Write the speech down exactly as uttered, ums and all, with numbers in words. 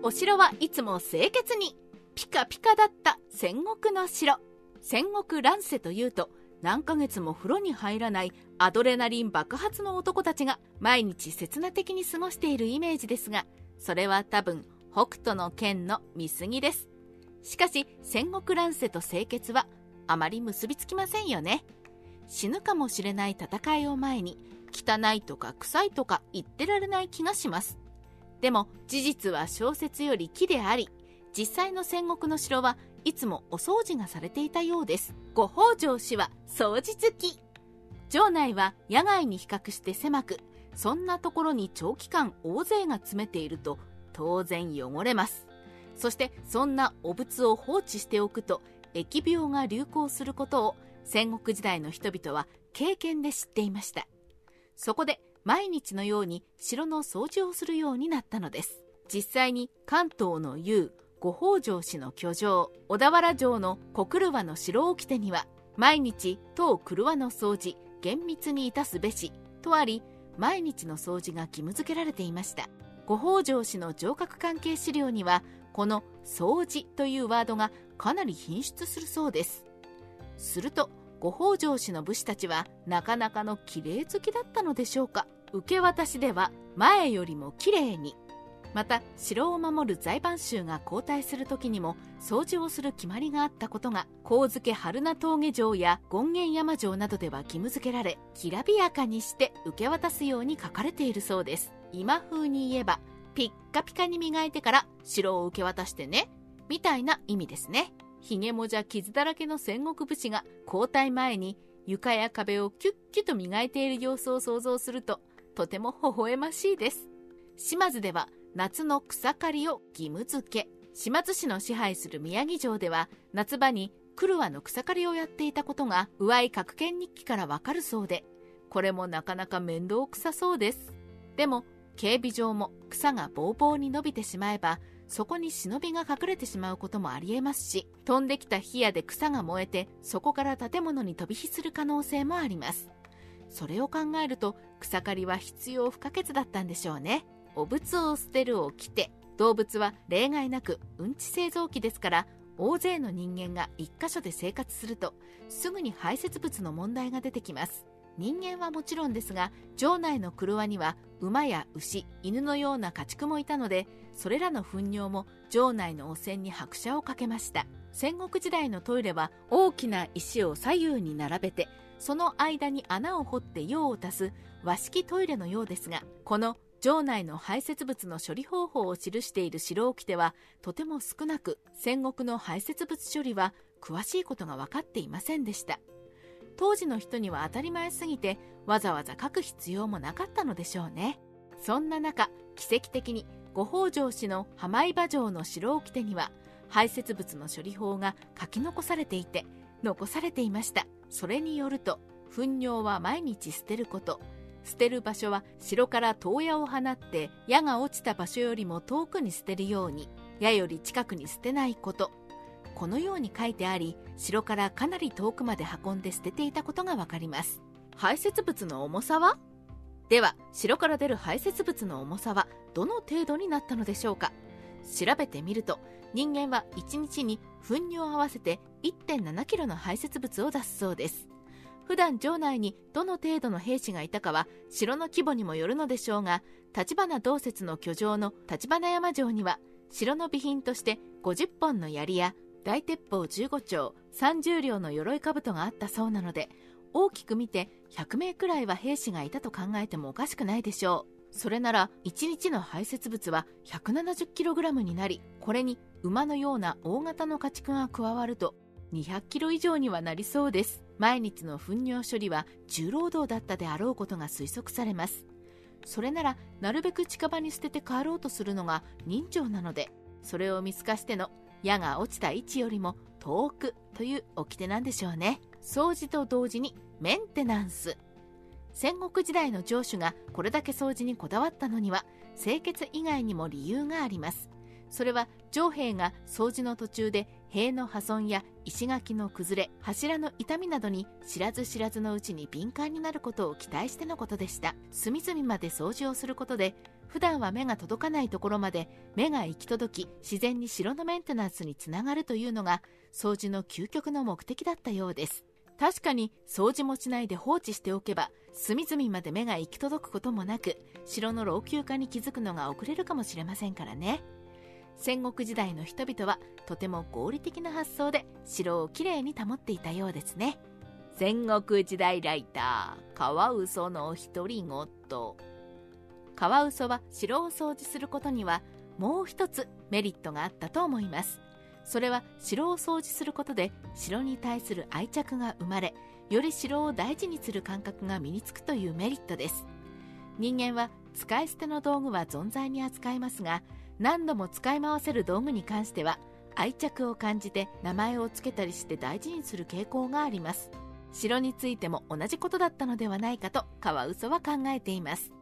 お城はいつも清潔にピカピカだった戦国の城。戦国乱世というと、何ヶ月も風呂に入らないアドレナリン爆発の男たちが毎日刹那的に過ごしているイメージですが、それは多分北斗の拳の見過ぎです。しかし戦国乱世と清潔はあまり結びつきませんよね。死ぬかもしれない戦いを前に汚いとか臭いとか言ってられない気がします。でも事実は小説より奇であり、実際の戦国の城はいつもお掃除がされていたようです。ご北条氏は掃除好き。城内は野外に比較して狭く、そんなところに長期間大勢が詰めていると当然汚れます。そしてそんな汚物を放置しておくと疫病が流行することを戦国時代の人々は経験で知っていました。そこで毎日のように城の掃除をするようになったのです。実際に関東の雄ご北条氏の居城小田原城の小車の城掟には、毎日当車の掃除厳密にいたすべしとあり、毎日の掃除が義務付けられていました。ご北条氏の城郭関係資料には、この掃除というワードがかなり品質するそうです。するとご北条氏の武士たちはなかなかの綺麗好きだったのでしょうか。受け渡しでは前よりも綺麗に、また城を守る財番衆が交代する時にも掃除をする決まりがあったことが、上野榛名峠城や権現山城などでは義務付けられ、きらびやかにして受け渡すように書かれているそうです。今風に言えばピッカピカに磨いてから城を受け渡してねみたいな意味ですね。ひげもじゃ傷だらけの戦国武士が交代前に床や壁をキュッキュと磨いている様子を想像すると、とても微笑ましいです。島津では夏の草刈りを義務付け、島津市の支配する宮城城では夏場に車の草刈りをやっていたことが宇合各県日記からわかるそうで、これもなかなか面倒くさそうです。でも警備上も草がぼうぼうに伸びてしまえば、そこに忍びが隠れてしまうこともありえますし、飛んできた火矢で草が燃えてそこから建物に飛び火する可能性もあります。それを考えると草刈りは必要不可欠だったんでしょうね。汚物を捨てるを着て、動物は例外なくうんち製造機ですから、大勢の人間が一箇所で生活するとすぐに排泄物の問題が出てきます。人間はもちろんですが、城内の廓には馬や牛、犬のような家畜もいたので、それらの糞尿も城内の汚染に拍車をかけました。戦国時代のトイレは大きな石を左右に並べて、その間に穴を掘って用を足す和式トイレのようですが、この城内の排泄物の処理方法を記している城掟はとても少なく、戦国の排泄物処理は詳しいことが分かっていませんでした。当時の人には当たり前すぎて、わざわざ書く必要もなかったのでしょうね。そんな中、奇跡的にご北条氏の浜井場城の城掟には排泄物の処理法が書き残されていて、残されていました。それによると、糞尿は毎日捨てること、捨てる場所は城から遠矢を放って矢が落ちた場所よりも遠くに捨てるように、矢より近くに捨てないこと、このように書いてあり、城からかなり遠くまで運んで捨てていたことがわかります。排泄物の重さは？では城から出る排泄物の重さはどの程度になったのでしょうか。調べてみると、人間はいちにちに糞尿を合わせて いってんななキロの排泄物を出すそうです。普段城内にどの程度の兵士がいたかは城の規模にもよるのでしょうが、橘同説の居城の橘山城には城の備品としてごじゅっぽんの槍や大鉄砲じゅうごちょう、さんじゅうりょうの鎧兜があったそうなので、大きく見てひゃくめいくらいは兵士がいたと考えてもおかしくないでしょう。それならいちにちの排泄物は ひゃくななじゅっキログラム になり、これに馬のような大型の家畜が加わるとにひゃくキロ以上にはなりそうです。毎日の糞尿処理は重労働だったであろうことが推測されます。それならなるべく近場に捨てて帰ろうとするのが人情なので、それを見透かしての矢が落ちた位置よりも遠くという掟なんでしょうね。掃除と同時にメンテナンス。戦国時代の城主がこれだけ掃除にこだわったのには清潔以外にも理由があります。それは城兵が掃除の途中で塀の破損や石垣の崩れ、柱の傷みなどに知らず知らずのうちに敏感になることを期待してのことでした。隅々まで掃除をすることで、普段は目が届かないところまで目が行き届き、自然に城のメンテナンスにつながるというのが掃除の究極の目的だったようです。確かに掃除もしないで放置しておけば、隅々まで目が行き届くこともなく、城の老朽化に気づくのが遅れるかもしれませんからね。戦国時代の人々はとても合理的な発想で城をきれいに保っていたようですね。戦国時代ライター、カワウソの独り言。カワウソは城を掃除することにはもう一つメリットがあったと思います。それは城を掃除することで城に対する愛着が生まれ、より城を大事にする感覚が身につくというメリットです。人間は使い捨ての道具は存在に扱いますが、何度も使い回せる道具に関しては愛着を感じて名前をつけたりして大事にする傾向があります。城についても同じことだったのではないかとカワウソは考えています。